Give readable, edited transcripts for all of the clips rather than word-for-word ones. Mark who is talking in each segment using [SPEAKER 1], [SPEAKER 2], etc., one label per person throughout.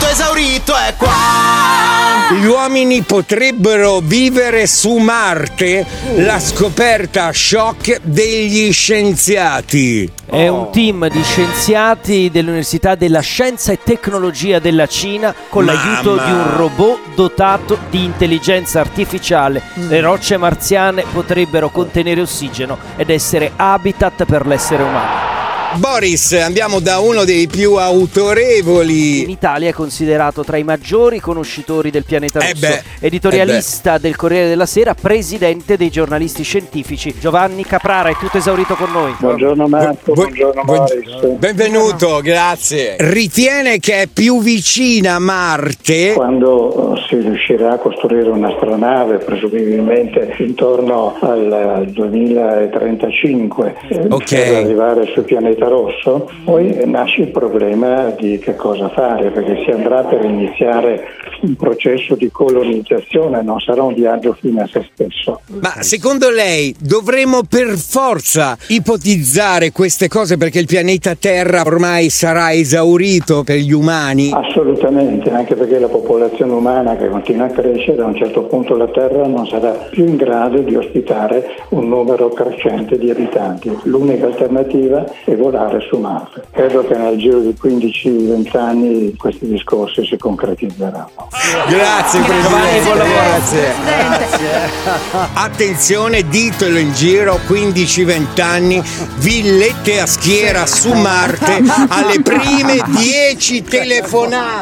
[SPEAKER 1] esaurito è qua.
[SPEAKER 2] Gli uomini potrebbero vivere su Marte? La scoperta shock degli scienziati.
[SPEAKER 3] È un team di scienziati dell'Università della Scienza e Tecnologia della Cina con l'aiuto di un robot dotato di intelligenza artificiale. Le rocce marziane potrebbero contenere ossigeno ed essere habitat per l'essere umano.
[SPEAKER 2] Boris, andiamo da uno dei più autorevoli.
[SPEAKER 3] In Italia è considerato tra i maggiori conoscitori del pianeta rosso. Editorialista del Corriere della Sera, presidente dei giornalisti scientifici. Giovanni Caprara, è tutto esaurito con noi.
[SPEAKER 4] Buongiorno Marco, buongiorno Boris.
[SPEAKER 2] Benvenuto, grazie. Ritiene che è più vicina a Marte?
[SPEAKER 4] Quando si riuscirà a costruire un'astronave, presumibilmente intorno al 2035, per arrivare sul pianeta rosso, poi nasce il problema di che cosa fare, perché si andrà per iniziare un processo di colonizzazione, non sarà un viaggio fine a se stesso.
[SPEAKER 2] Ma secondo lei dovremo per forza ipotizzare queste cose perché il pianeta Terra ormai sarà esaurito per gli umani?
[SPEAKER 4] Assolutamente, anche perché la popolazione umana che continua a crescere, a un certo punto la Terra non sarà più in grado di ospitare un numero crescente di abitanti. L'unica alternativa è volare su Marte. Credo che nel giro di 15-20 anni questi discorsi si concretizzeranno.
[SPEAKER 2] Grazie Presidente.
[SPEAKER 3] Buon lavoro.
[SPEAKER 2] Grazie. Attenzione, ditelo in giro, 15-20 anni, villette a schiera su Marte alle prime 10 telefonate.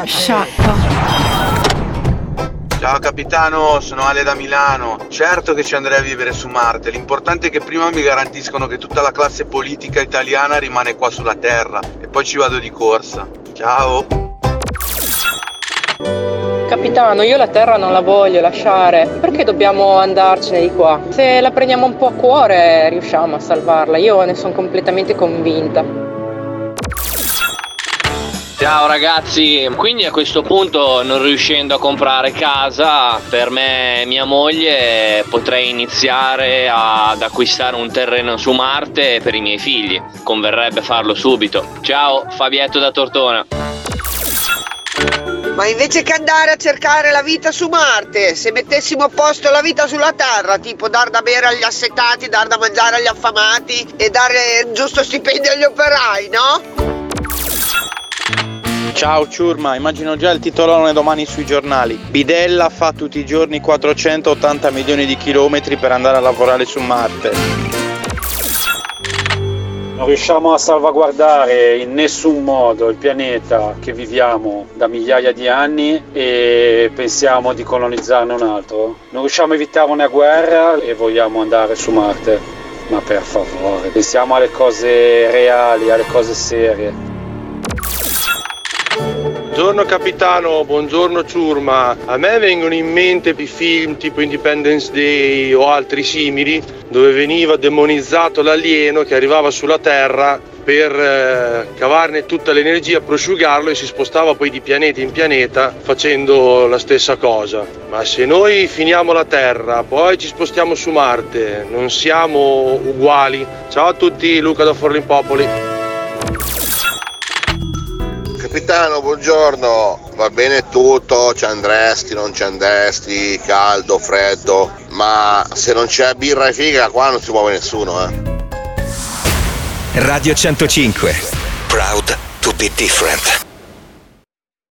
[SPEAKER 5] Ciao capitano, sono Ale da Milano. Certo che ci andrei a vivere su Marte, l'importante è che prima mi garantiscono che tutta la classe politica italiana rimane qua sulla Terra e poi ci vado di corsa. Ciao!
[SPEAKER 6] Capitano, io la Terra non la voglio lasciare, perché dobbiamo andarcene di qua? Se la prendiamo un po' a cuore riusciamo a salvarla, io ne sono completamente convinta.
[SPEAKER 7] Ciao ragazzi, quindi a questo punto, non riuscendo a comprare casa per me e mia moglie, potrei iniziare ad acquistare un terreno su Marte per i miei figli. Converrebbe farlo subito. Ciao, Fabietto da Tortona.
[SPEAKER 8] Ma invece che andare a cercare la vita su Marte, se mettessimo a posto la vita sulla Terra, tipo dar da bere agli assetati, dar da mangiare agli affamati e dare un giusto stipendio agli operai, no?
[SPEAKER 9] Ciao Ciurma, immagino già il titolone domani sui giornali. Bidella fa tutti i giorni 480 milioni di chilometri per andare a lavorare su Marte.
[SPEAKER 10] Non riusciamo a salvaguardare in nessun modo il pianeta che viviamo da migliaia di anni e pensiamo di colonizzarne un altro. Non riusciamo a evitare una guerra e vogliamo andare su Marte. Ma per favore, pensiamo alle cose reali, alle cose serie.
[SPEAKER 5] Buongiorno capitano, buongiorno Ciurma. A me vengono in mente i film tipo Independence Day o altri simili, dove veniva demonizzato l'alieno che arrivava sulla Terra per cavarne tutta l'energia, prosciugarlo e si spostava poi di pianeta in pianeta facendo la stessa cosa. Ma se noi finiamo la Terra, poi ci spostiamo su Marte, non siamo uguali. Ciao a tutti, Luca da Forlimpopoli.
[SPEAKER 11] Capitano, buongiorno, va bene tutto, ci andresti, non ci andresti, caldo, freddo, ma se non c'è birra e figa qua non si muove nessuno,
[SPEAKER 12] Radio 105, proud to be different.